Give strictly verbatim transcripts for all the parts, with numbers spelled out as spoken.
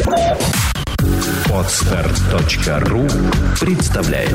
Подстарт точка ру представляет.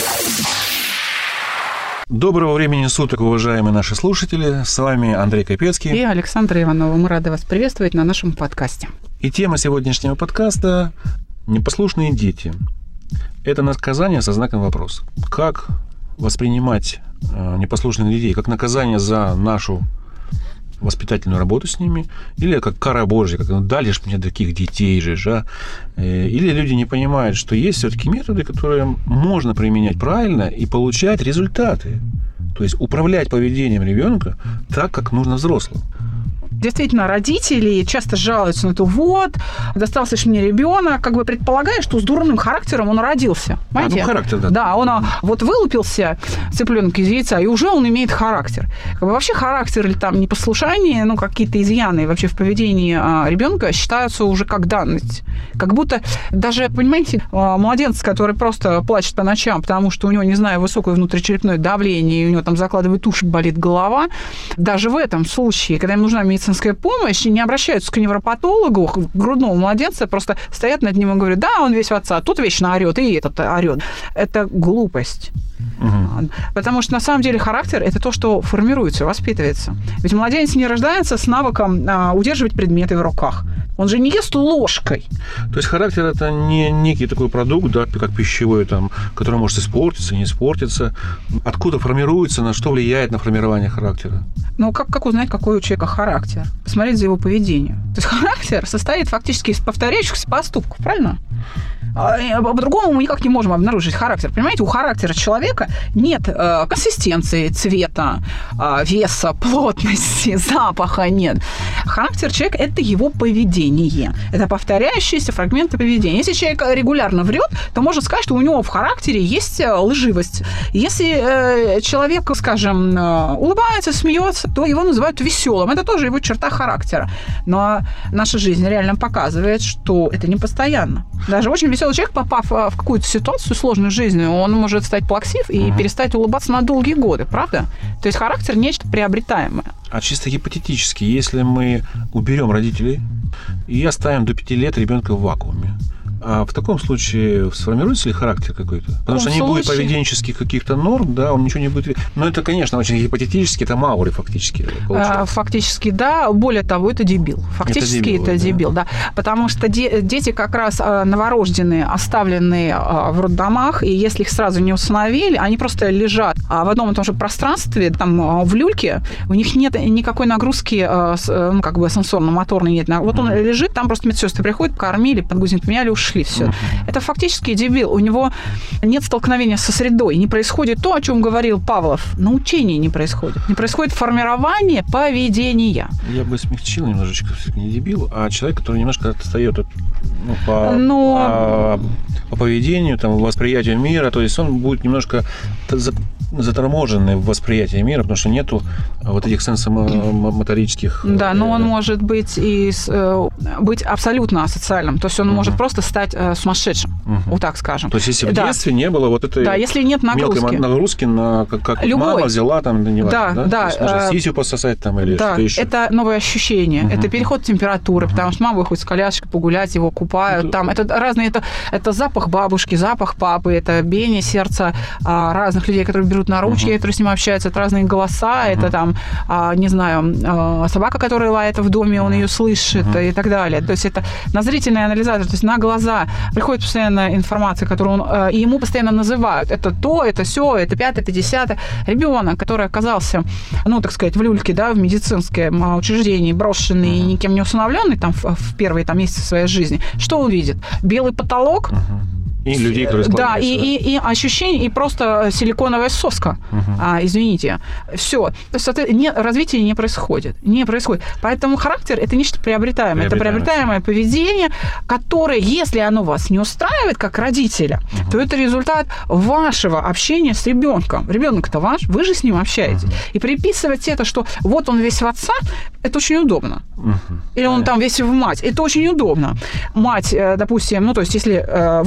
Доброго времени суток, уважаемые наши слушатели. С вами Андрей Капецкий и Александра Иванова. Мы рады вас приветствовать на нашем подкасте. И тема сегодняшнего подкаста – непослушные дети. Это наказание со знаком вопроса. Как воспринимать э, непослушных детей? Как наказание за нашу воспитательную работу с ними? Или как кара Божья, как ну, дали ж мне таких детей же, а? Или люди не понимают, что есть все-таки методы, которые можно применять правильно и получать результаты. То есть управлять поведением ребенка так, как нужно взрослым. Действительно, родители часто жалуются на то, вот, достался ж мне ребенок, как бы предполагая, что с дурным характером он родился. Понимаете? А, ну, характер, да. Да, он вот вылупился, цыпленок из яйца, и уже он имеет характер. Как бы вообще характер или там непослушание, ну, какие-то изъяны вообще в поведении ребенка считаются уже как данность. Как будто даже, понимаете, младенец, который просто плачет по ночам, потому что у него, не знаю, высокое внутричерепное давление, и у него там закладывает уши, болит голова, даже в этом случае, когда им нужна медицинская помощь, не обращаются к невропатологу, к грудному младенца, просто стоят над ним и говорят, да, он весь в отца, тут вечно орет, и этот орет. Это глупость. Угу. Потому что на самом деле характер – это то, что формируется, воспитывается. Ведь младенец не рождается с навыком а, удерживать предметы в руках. Он же не ест ложкой. То есть характер – это не некий такой продукт, да, как пищевой, там, который может испортиться, не испортиться. Откуда формируется, на что влияет на формирование характера? Ну, как, как узнать, какой у человека характер? Посмотреть за его поведением. То есть характер состоит фактически из повторяющихся поступков, правильно? А по-другому мы никак не можем обнаружить характер. Понимаете, у характера человека нет э, консистенции, цвета, э, веса, плотности, запаха нет. Характер человека – это его поведение. Это повторяющиеся фрагменты поведения. Если человек регулярно врет, то можно сказать, что у него в характере есть лживость. Если э, человек, скажем, э, улыбается, смеется, то его называют веселым. Это тоже его черта характера. Но наша жизнь реально показывает, что это не постоянно. Даже очень веселый человек, попав в какую-то ситуацию сложную жизни, он может стать плаксив и uh-huh. перестать улыбаться на долгие годы, правда? То есть характер – нечто приобретаемое. А чисто гипотетически, если мы уберем родителей и оставим до пяти лет ребенка в вакууме, а в таком случае сформируется ли характер какой-то? Потому что не случае... будет поведенческих каких-то норм, да, он ничего не будет... Но это, конечно, очень гипотетически, это маури фактически получается. Фактически, да. Более того, это дебил. Фактически это дебил, это дебил да. да. Потому что де- дети как раз новорожденные, оставленные в роддомах, и если их сразу не установили, они просто лежат в одном и том же пространстве, там, в люльке, у них нет никакой нагрузки, ну, как бы сенсорно-моторной нет. Вот он mm-hmm. лежит, там просто медсестры приходят, покормили, подгузник поменяли, ушли. Все. Uh-huh. Это фактически дебил. У него нет столкновения со средой. Не происходит то, о чем говорил Павлов. Научение не происходит. Не происходит формирование поведения. Я бы смягчил немножечко. Не дебил, а человек, который немножко отстает от, ну, по, Но... по, по поведению, там, восприятию мира. То есть он будет немножко заторможенный в восприятии мира, потому что нету вот этих сенсомоторических... Да, но он может быть и быть абсолютно асоциальным. То есть он uh-huh. может просто стать э, сумасшедшим, uh-huh. вот так скажем. То есть если в да. детстве не было вот этой да, если нет нагрузки. мелкой нагрузки, на, как, как мама взяла, там, не важно, да, да? да, То есть можно э, сисю пососать там или да, что еще. Это новое ощущение, uh-huh. это переход температуры, uh-huh. потому что мама выходит с коляской погулять, его купают, uh-huh. там, это разные, это, это запах бабушки, запах папы, это биение сердца а, разных людей, которые берут на ручки, uh-huh. которые с ним общаются, это разные голоса, uh-huh. это там, а, не знаю, а, собака, которая лает в доме, он uh-huh. ее слышит uh-huh. и так далее. То есть это на зрительный анализатор, то есть на глаза приходит постоянно информация, которую он, э, и ему постоянно называют. Это то, это сё, это пятое, это десятое. Ребенок, который оказался, ну, так сказать, в люльке, да, в медицинском учреждении, брошенный uh-huh. и никем не усыновленный там в, в первые там, месяцы своей жизни, что он видит? Белый потолок, uh-huh. И людей, которые да, и, и, и ощущение, и просто силиконовая соска. Uh-huh. А, извините. Все. То есть это не, развитие не происходит. Не происходит. Поэтому характер – это нечто приобретаемое. Это приобретаемое поведение, которое, если оно вас не устраивает, как родителя, uh-huh. то это результат вашего общения с ребенком. Ребенок-то ваш, вы же с ним общаетесь. Uh-huh. И приписывать это, что вот он весь в отца, это очень удобно. Uh-huh. Или он uh-huh. там весь в мать. Это очень удобно. Мать, допустим, ну, то есть если вы считаете,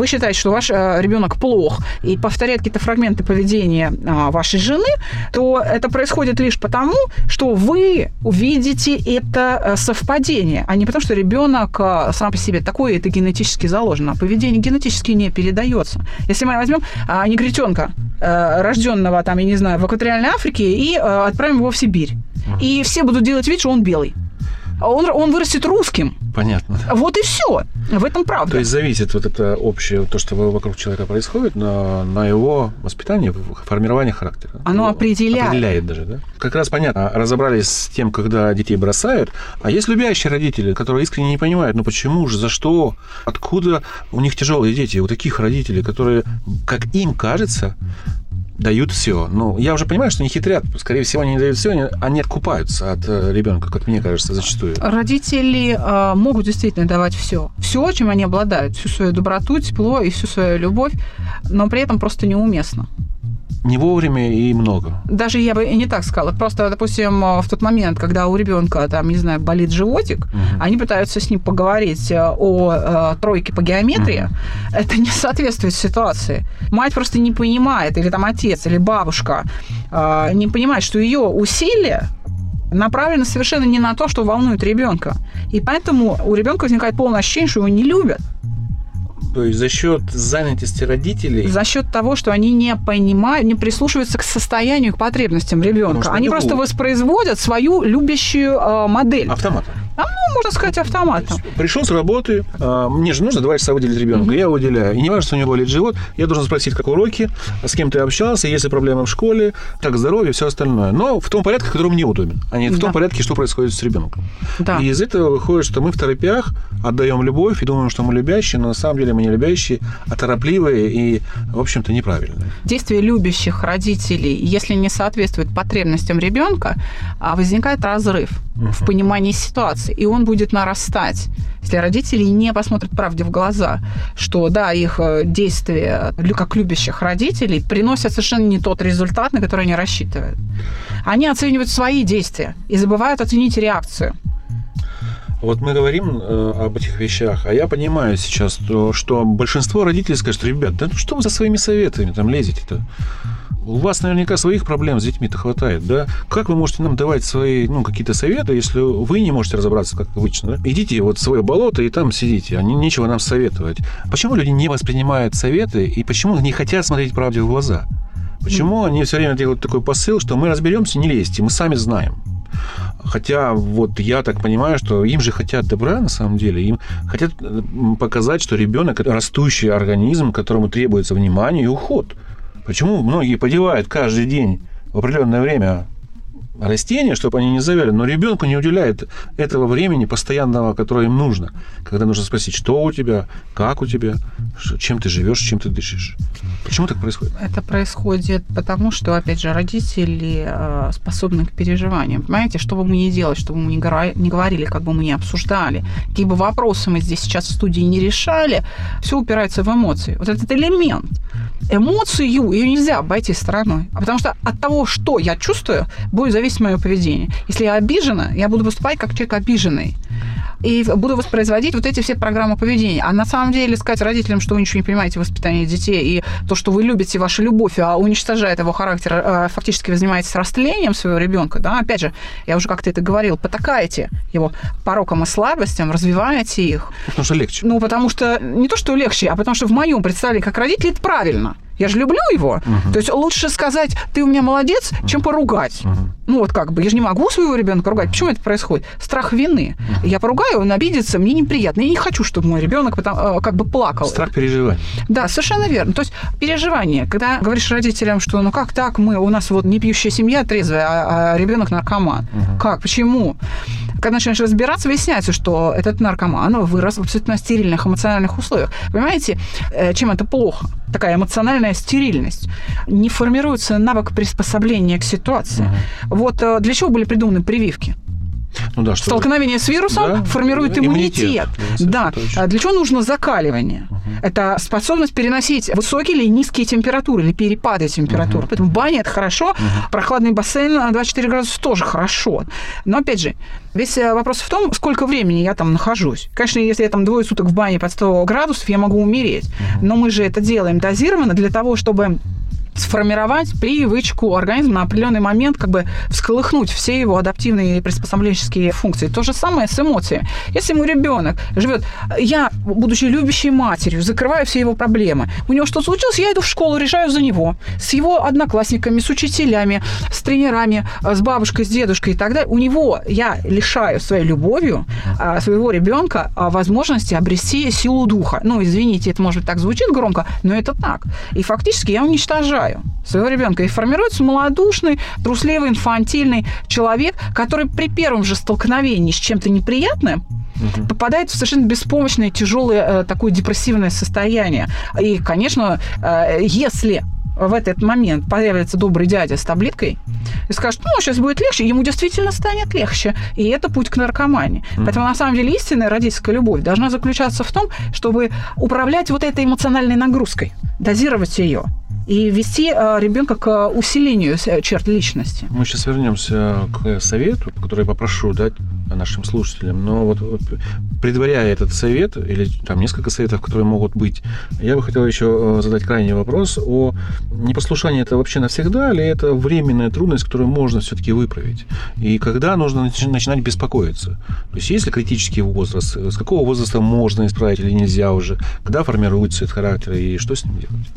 что ваш э, ребенок плох и повторяет какие-то фрагменты поведения э, вашей жены, то это происходит лишь потому, что вы увидите это э, совпадение, а не потому, что ребенок э, сам по себе такой, это генетически заложено. А поведение генетически не передается. Если мы возьмем э, негритенка, э, рожденного там, я не знаю, в экваториальной Африке, и э, отправим его в Сибирь, и все будут делать вид, что он белый. Он, он вырастет русским. Понятно. Вот и все. В этом правда. То есть зависит вот это общее, то, что вокруг человека происходит, на, на его воспитание, формирование характера. Оно определяет. Определяет даже, да? Как раз понятно. Разобрались с тем, когда детей бросают. А есть любящие родители, которые искренне не понимают, ну почему же, за что, откуда у них тяжелые дети, у таких родителей, которые, как им кажется, дают все. Ну, я уже понимаю, что они хитрят. Скорее всего, они не дают все, они, они откупаются от э, ребенка, как мне кажется, зачастую. Родители э, могут действительно давать все. Все, чем они обладают. Всю свою доброту, тепло и всю свою любовь, но при этом просто неуместно. Не вовремя и много. Даже я бы и не так сказала. Просто, допустим, в тот момент, когда у ребенка, там, не знаю, болит животик, угу. они пытаются с ним поговорить о, о тройке по геометрии. Угу. Это не соответствует ситуации. Мать просто не понимает, или там отец, или бабушка э, не понимает, что ее усилия направлены совершенно не на то, что волнует ребенка. И поэтому у ребенка возникает полное ощущение, что его не любят. То есть за счет занятости родителей? За счет того, что они не понимают, не прислушиваются к состоянию, к потребностям ребенка. Они просто любовь. воспроизводят свою любящую э, модель. Автоматом. А, ну, можно сказать, автоматом. Пришел с работы, а, мне же нужно два часа выделить ребенка, mm-hmm. я уделяю. И не важно, что у него болит живот, я должен спросить, как уроки, с кем ты общался, есть ли проблемы в школе, как здоровье, все остальное. Но в том порядке, который мне удобен, а не в да. том порядке, что происходит с ребенком. Да. И из этого выходит, что мы в торопях отдаем любовь и думаем, что мы любящие, но на самом деле мы не любящие, а торопливые и, в общем-то, неправильные. Действия любящих родителей, если не соответствуют потребностям ребенка, возникает разрыв mm-hmm. в понимании ситуации. И он будет нарастать, если родители не посмотрят правде в глаза, что, да, их действия, как любящих родителей, приносят совершенно не тот результат, на который они рассчитывают. Они оценивают свои действия и забывают оценить реакцию. Вот мы говорим э, об этих вещах, а я понимаю сейчас, то, что большинство родителей скажут: ребят, да ну что вы за своими советами там лезете-то? У вас наверняка своих проблем с детьми-то хватает, да? Как вы можете нам давать свои, ну, какие-то советы, если вы не можете разобраться, как обычно, да? Идите вот в свое болото и там сидите, а не, нечего нам советовать. Почему люди не воспринимают советы и почему не хотят смотреть правде в глаза? Почему mm. они все время делают такой посыл, что мы разберемся, не лезьте, мы сами знаем? Хотя вот я так понимаю, что им же хотят добра, на самом деле. Им хотят показать, что ребенок – это растущий организм, которому требуется внимание и уход. Почему многие подевают каждый день в определенное время растения, чтобы они не завяли, но ребенку не уделяет этого времени постоянного, которое им нужно. Когда нужно спросить, что у тебя, как у тебя, чем ты живешь, чем ты дышишь. Почему так происходит? Это происходит потому, что, опять же, родители способны к переживаниям. Понимаете, что бы мы ни делали, что бы мы ни говорили, как бы мы ни обсуждали, какие бы вопросы мы здесь сейчас в студии не решали, все упирается в эмоции. Вот этот элемент, эмоцию, ее нельзя обойти стороной. А потому что от того, что я чувствую, будет зависеть мое поведение. Если я обижена, я буду выступать как человек обиженный. И буду воспроизводить вот эти все программы поведения. А на самом деле сказать родителям, что вы ничего не понимаете в воспитании детей, и то, что вы любите, ваша любовь, а уничтожает его характер, фактически вы занимаетесь растлением своего ребенка, да, опять же, я уже как-то это говорил, потакаете его порокам и слабостям, развиваете их. Потому что легче. Ну, потому что не то, что легче, а потому что в моем представлении как родитель это правильно. Я же люблю его. Uh-huh. То есть лучше сказать, ты у меня молодец, uh-huh. чем поругать. Uh-huh. Ну вот как бы, я же не могу своего ребенка ругать. Почему это происходит? Страх вины. Uh-huh. Я поругаю, он обидится, мне неприятно. Я не хочу, чтобы мой ребенок потом, как бы плакал. Страх переживаний. Да, совершенно верно. То есть переживание. Когда говоришь родителям, что ну как так, мы, у нас вот не пьющая семья трезвая, а, а ребенок наркоман. Uh-huh. Как? Почему? Когда начинаешь разбираться, выясняется, что этот наркоман вырос в абсолютно стерильных эмоциональных условиях. Понимаете, чем это плохо? Такая эмоциональная стерильность. Не формируется навык приспособления к ситуации. Угу. Вот для чего были придуманы прививки? Ну, да, что Столкновение с вирусом да, формирует иммунитет. иммунитет. Да, да. Для чего нужно закаливание? Угу. Это способность переносить высокие или низкие температуры, или перепады температур. Uh-huh. Поэтому баня – это хорошо, uh-huh. прохладный бассейн на двадцать четыре градуса тоже хорошо. Но, опять же, весь вопрос в том, сколько времени я там нахожусь. Конечно, если я там двое суток в бане под сто градусов, я могу умереть. Uh-huh. Но мы же это делаем дозированно для того, чтобы сформировать привычку организма на определенный момент, как бы всколыхнуть все его адаптивные и приспособленческие функции. То же самое с эмоциями. Если мой ребенок живет, я, будучи любящей матерью, закрываю все его проблемы. У него что-то случилось, я иду в школу, решаю за него. С его одноклассниками, с учителями, с тренерами, с бабушкой, с дедушкой и так далее. У него я лишаю своей любовью своего ребенка возможности обрести силу духа. Ну, извините, это, может быть, так звучит громко, но это так. И фактически я уничтожаю своего ребенка. И формируется малодушный, трусливый, инфантильный человек, который при первом же столкновении с чем-то неприятным угу. попадает в совершенно беспомощное, тяжелое такое депрессивное состояние. И, конечно, если в этот момент появится добрый дядя с таблеткой и скажет, ну, сейчас будет легче, ему действительно станет легче. И это путь к наркомании. Mm-hmm. Поэтому, на самом деле, истинная родительская любовь должна заключаться в том, чтобы управлять вот этой эмоциональной нагрузкой, дозировать ее и вести э, ребенка к усилению черт личности. Мы сейчас вернемся к совету, который я попрошу дать нашим слушателям. Но вот, вот предваряя этот совет, или там несколько советов, которые могут быть, я бы хотел еще задать крайний вопрос о непослушании. Это вообще навсегда, или это временная трудность, которую можно все-таки выправить? И когда нужно начинать беспокоиться? То есть есть ли критический возраст? С какого возраста можно исправить или нельзя уже? Когда формируется этот характер и что с ним делать?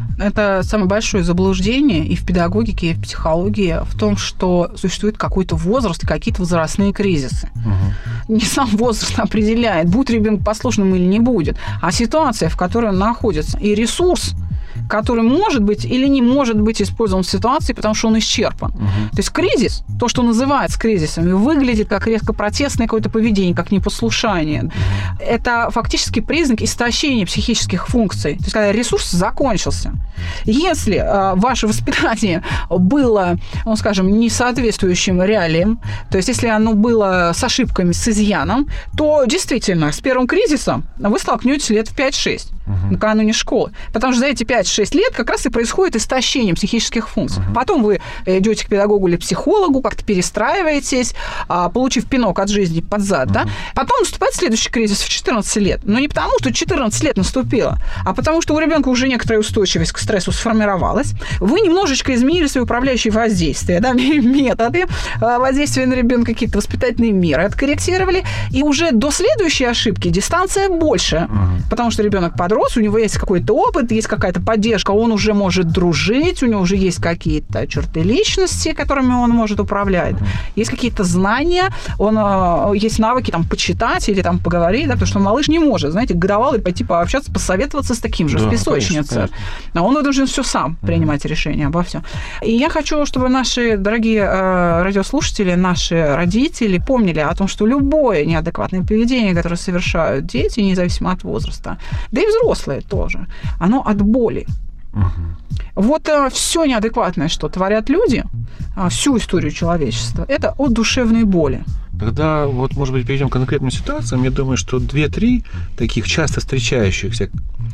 Это самое большое заблуждение и в педагогике, и в психологии в том, что существует какой-то возраст и какие-то возрастные кризисы. Угу. Не сам возраст определяет, будет ребенок послушным или не будет, а ситуация, в которой он находится, и ресурс, который может быть или не может быть использован в ситуации, потому что он исчерпан. Угу. То есть кризис, то, что называется кризисом, выглядит как резко протестное какое-то поведение, как непослушание. Угу. Это фактически признак истощения психических функций. То есть когда ресурс закончился. Если э, ваше воспитание было, ну, скажем, не соответствующим реалиям, то есть если оно было с ошибками, с изъяном, то действительно с первым кризисом вы столкнетесь лет в пять-шесть. Uh-huh. накануне школы. Потому что за эти пять-шесть лет как раз и происходит истощение психических функций. Uh-huh. Потом вы идете к педагогу или психологу, как-то перестраиваетесь, получив пинок от жизни под зад. Uh-huh. Да? Потом наступает следующий кризис в четырнадцать лет. Но не потому, что четырнадцать лет наступило, а потому, что у ребенка уже некоторая устойчивость к стрессу сформировалась. Вы немножечко изменили свои управляющие воздействия, да, методы воздействия на ребенка, какие-то воспитательные меры откорректировали. И уже до следующей ошибки дистанция больше. Uh-huh. Потому что ребенок подрос, у него есть какой-то опыт, есть какая-то поддержка, он уже может дружить, у него уже есть какие-то черты личности, которыми он может управлять, есть какие-то знания, он, есть навыки там почитать или там поговорить, да, потому что малыш не может, знаете, годовалый пойти пообщаться, посоветоваться с таким же, да, в песочнице. Конечно, конечно. А он должен все сам принимать mm-hmm. решения обо всем. И я хочу, чтобы наши дорогие э, радиослушатели, наши родители помнили о том, что любое неадекватное поведение, которое совершают дети, независимо от возраста, да и взрослые, взрослые тоже, оно от боли. Угу. Вот а, все неадекватное, что творят люди, а, всю историю человечества, это от душевной боли. Тогда, вот, может быть, перейдем к конкретным ситуациям. Я думаю, что две-три таких часто встречающихся.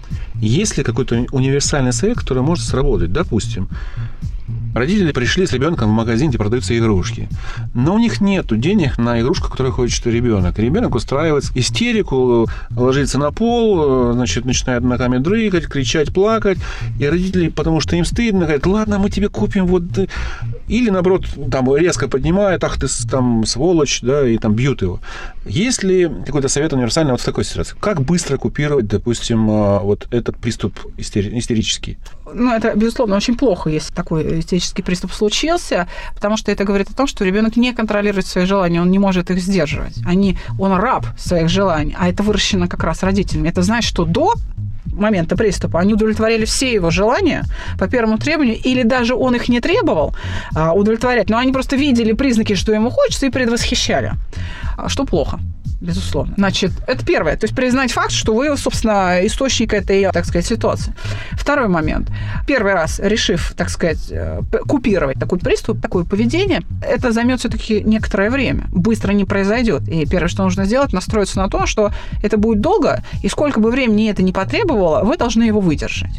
Есть ли какой-то универсальный совет, который может сработать? Допустим, родители пришли с ребенком в магазин, где продаются игрушки. Но у них нет денег на игрушку, которую хочет ребенок. Ребенок устраивает истерику, ложится на пол, значит, начинает ногами дрыгать, кричать, плакать. И родители, потому что им стыдно, говорят, ладно, мы тебе купим вот... Или, наоборот, там резко поднимают, ах ты там сволочь, да, и там бьют его. Есть ли какой-то совет универсальный вот в такой ситуации? Как быстро купировать, допустим, вот этот приступ истери- истерический? Ну, это, безусловно, очень плохо, если такой истерический приступ случился, потому что это говорит о том, что ребенок не контролирует свои желания, он не может их сдерживать. Они, он раб своих желаний, а это выращено как раз родителями. Это значит, что до момента приступа они удовлетворяли все его желания по первому требованию, или даже он их не требовал а, удовлетворять, но они просто видели признаки, что ему хочется, и предвосхищали. Что плохо. Безусловно. Значит, это первое. То есть признать факт, что вы, собственно, источник этой, так сказать, ситуации. Второй момент. Первый раз, решив, так сказать, купировать такой приступ, такое поведение, это займет все-таки некоторое время. Быстро не произойдет. И первое, что нужно сделать, настроиться на то, что это будет долго, и сколько бы времени это ни потребовало, вы должны его выдержать.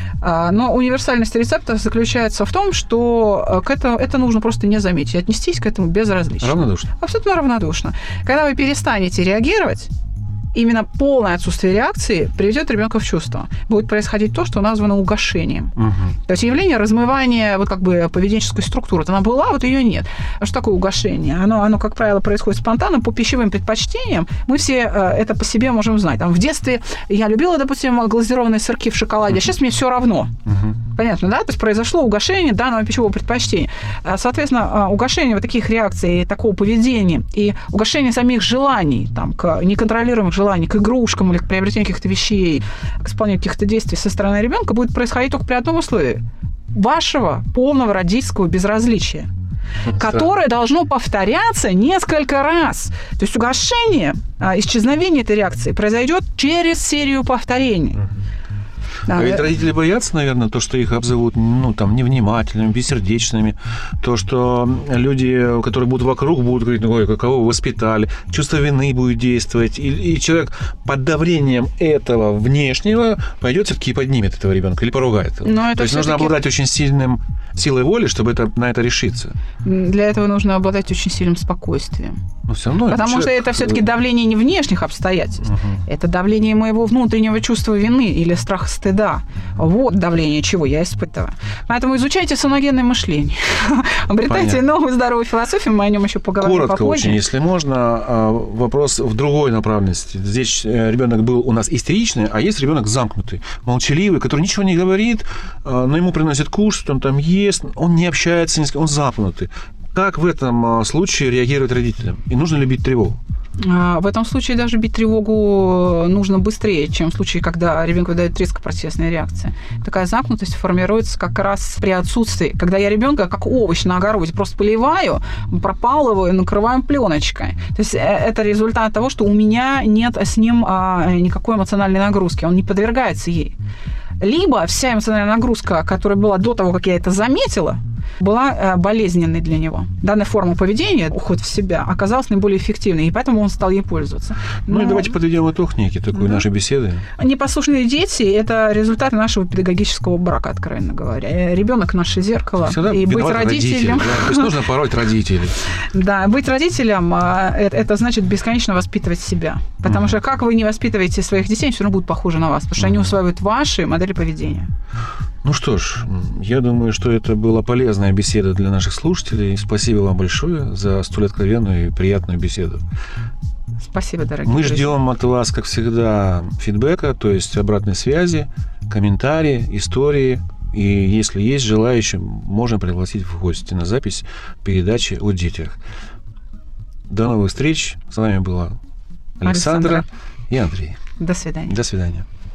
Но универсальность рецепта заключается в том, что к этому, это нужно просто не заметить, отнестись к этому безразлично. Равнодушно. Абсолютно равнодушно. Когда вы перестанете реагировать, именно полное отсутствие реакции приведет ребенка в чувство. Будет происходить то, что названо угошением. Угу. То есть явление размывания вот как бы поведенческой структуры. Вот она была, вот ее нет. А что такое угошение? Оно, оно, как правило, происходит спонтанно, по пищевым предпочтениям. Мы все это по себе можем знать. Там, в детстве я любила, допустим, глазированные сырки в шоколаде, а сейчас мне все равно. Угу. Понятно, да? То есть произошло угошение данного пищевого предпочтения. Соответственно, угошение вот таких реакций, такого поведения и угошение самих желаний, там, к неконтролируемых желаний, к игрушкам или к приобретению каких-то вещей, к исполнению каких-то действий со стороны ребенка будет происходить только при одном условии – вашего полного родительского безразличия, это которое должно повторяться несколько раз. То есть угошение, исчезновение этой реакции произойдет через серию повторений. Да, а ведь родители боятся, наверное, то, что их обзовут, ну, там, невнимательными, бессердечными, то, что люди, которые будут вокруг, будут говорить, ой, какого вы воспитали, чувство вины будет действовать, и, и человек под давлением этого внешнего пойдет все-таки и поднимет этого ребенка или поругает его. То есть нужно обладать очень сильным силой воли, чтобы это, на это решиться. Для этого нужно обладать очень сильным спокойствием. Но все равно Потому человек... что это все-таки давление не внешних обстоятельств, угу. это давление моего внутреннего чувства вины или страха стыда. Вот давление, чего я испытываю. Поэтому изучайте соногенное мышление. Обретайте Понятно. новую здоровую философию, мы о нем еще поговорим Коротко попозже. очень, если можно, вопрос в другой направленности. Здесь ребенок был у нас истеричный, а есть ребенок замкнутый, молчаливый, который ничего не говорит, но ему приносят кушать, он там ест, он не общается, он замкнутый. Как в этом случае реагировать родителям? И нужно ли бить тревогу? В этом случае даже бить тревогу нужно быстрее, чем в случае, когда ребенку выдает резко-протестная реакция. Такая замкнутость формируется как раз при отсутствии, когда я ребенка как овощ на огороде просто поливаю, пропалываю, накрываем пленочкой. То есть это результат того, что у меня нет с ним никакой эмоциональной нагрузки, он не подвергается ей. Либо вся эмоциональная нагрузка, которая была до того, как я это заметила, была болезненной для него. Данная форма поведения, уход в себя, оказалась наиболее эффективной, и поэтому он стал ей пользоваться. Но... Ну и давайте подведем итог некий такой да. нашей беседы. Непослушные дети – это результат нашего педагогического брака, откровенно говоря. Ребенок – наше зеркало. Всегда и быть родителем… Да? То есть нужно пороть родителей. Да, быть родителем – это значит бесконечно воспитывать себя. Потому mm. что как вы не воспитываете своих детей, они все равно будут похожи на вас, потому что mm. они усваивают ваши модели поведения. Ну что ж, я думаю, что это была полезная беседа для наших слушателей. Спасибо вам большое за столь откровенную и приятную беседу. Спасибо, дорогие Мы друзья. ждем от вас, как всегда, фидбэка, то есть обратной связи, комментарии, истории. И если есть желающие, можно пригласить в гости на запись передачи о детях. До новых встреч. С вами была Александра, Александра. и Андрей. До свидания. До свидания.